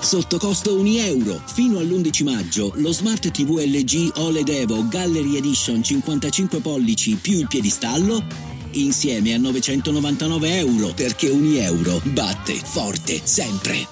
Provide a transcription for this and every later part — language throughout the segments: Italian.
sotto costo €1. Fino all'11 maggio lo Smart TV LG OLED Evo Gallery Edition 55 pollici più il piedistallo insieme a €999, perché €1 batte forte sempre.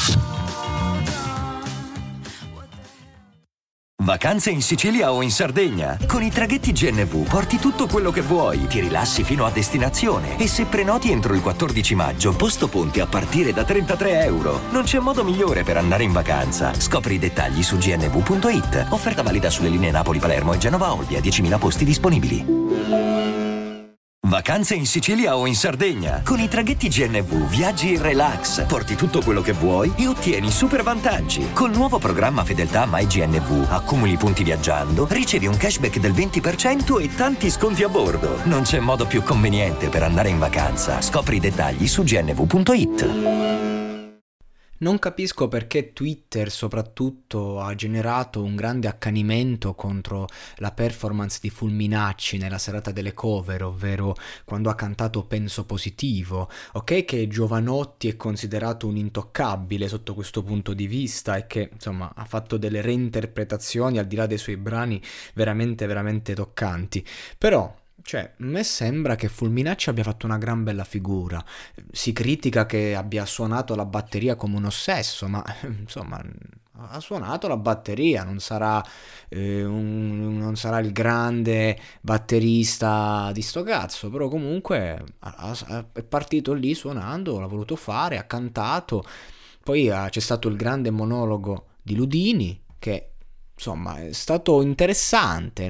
Vacanze in Sicilia o in Sardegna. Con i traghetti GNV porti tutto quello che vuoi, ti rilassi fino a destinazione e se prenoti entro il 14 maggio, posto ponti a partire da €33. Non c'è modo migliore per andare in vacanza. Scopri i dettagli su gnv.it. Offerta valida sulle linee Napoli-Palermo e Genova-Olbia, 10.000 posti disponibili. Vacanze in Sicilia o in Sardegna. Con i traghetti GNV viaggi in relax, porti tutto quello che vuoi e ottieni super vantaggi. Col nuovo programma Fedeltà MyGNV accumuli punti viaggiando, ricevi un cashback del 20% e tanti sconti a bordo. Non c'è modo più conveniente per andare in vacanza. Scopri i dettagli su gnv.it. Non capisco perché Twitter soprattutto ha generato un grande accanimento contro la performance di Fulminacci nella serata delle cover, ovvero quando ha cantato Penso Positivo. Ok che Jovanotti è considerato un intoccabile sotto questo punto di vista e che insomma ha fatto delle reinterpretazioni al di là dei suoi brani veramente veramente toccanti, però a me sembra che Fulminacci abbia fatto una gran bella figura. Si critica che abbia suonato la batteria come un ossesso, ma insomma ha suonato la batteria, non sarà non sarà il grande batterista di sto cazzo, però comunque è partito lì suonando, l'ha voluto fare, ha cantato. Poi c'è stato il grande monologo di Ludini che insomma è stato interessante,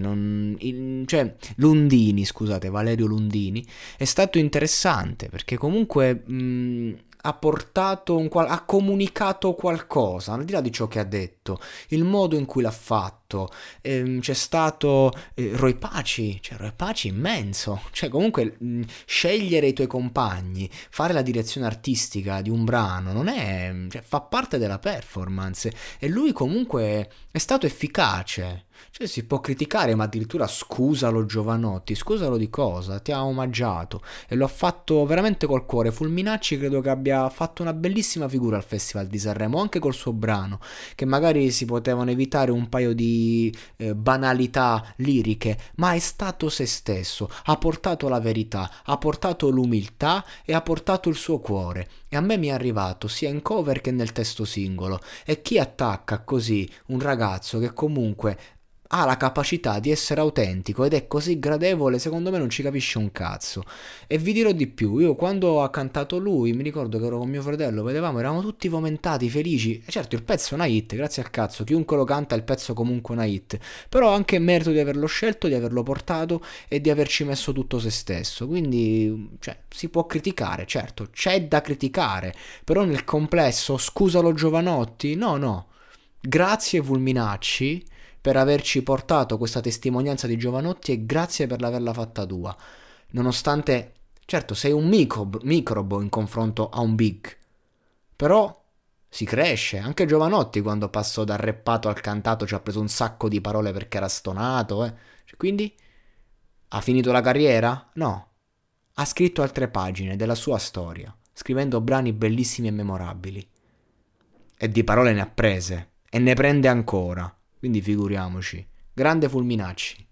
Lundini, scusate, Valerio Lundini, è stato interessante perché comunque ha portato ha comunicato qualcosa, al di là di ciò che ha detto, il modo in cui l'ha fatto. C'è stato Roy Paci immenso, comunque scegliere i tuoi compagni, fare la direzione artistica di un brano non è, fa parte della performance e lui comunque è stato efficace. Si può criticare, ma addirittura scusalo Jovanotti, scusalo di cosa? Ti ha omaggiato e lo ha fatto veramente col cuore. Fulminacci credo che abbia fatto una bellissima figura al Festival di Sanremo, anche col suo brano, che magari si potevano evitare un paio di banalità liriche, ma è stato se stesso, ha portato la verità, ha portato l'umiltà e ha portato il suo cuore. E a me mi è arrivato sia in cover che nel testo singolo. E chi attacca così un ragazzo che comunque ha la capacità di essere autentico ed è così gradevole, secondo me non ci capisce un cazzo. E vi dirò di più, io quando ha cantato lui, mi ricordo che ero con mio fratello, vedevamo, eravamo tutti fomentati, felici. E certo il pezzo è una hit, grazie al cazzo, chiunque lo canta il pezzo è comunque una hit, però anche merito di averlo scelto, di averlo portato e di averci messo tutto se stesso. Quindi si può criticare, certo, c'è da criticare, però nel complesso scusalo Jovanotti, no, grazie Fulminacci per averci portato questa testimonianza di Jovanotti e grazie per averla fatta tua, nonostante, certo, sei un microbo in confronto a un big, però si cresce. Anche Jovanotti quando passò dal rappato al cantato ci ha preso un sacco di parole perché era stonato, quindi ha finito la carriera? No, ha scritto altre pagine della sua storia, scrivendo brani bellissimi e memorabili, e di parole ne ha prese e ne prende ancora. Quindi figuriamoci. Grande Fulminacci.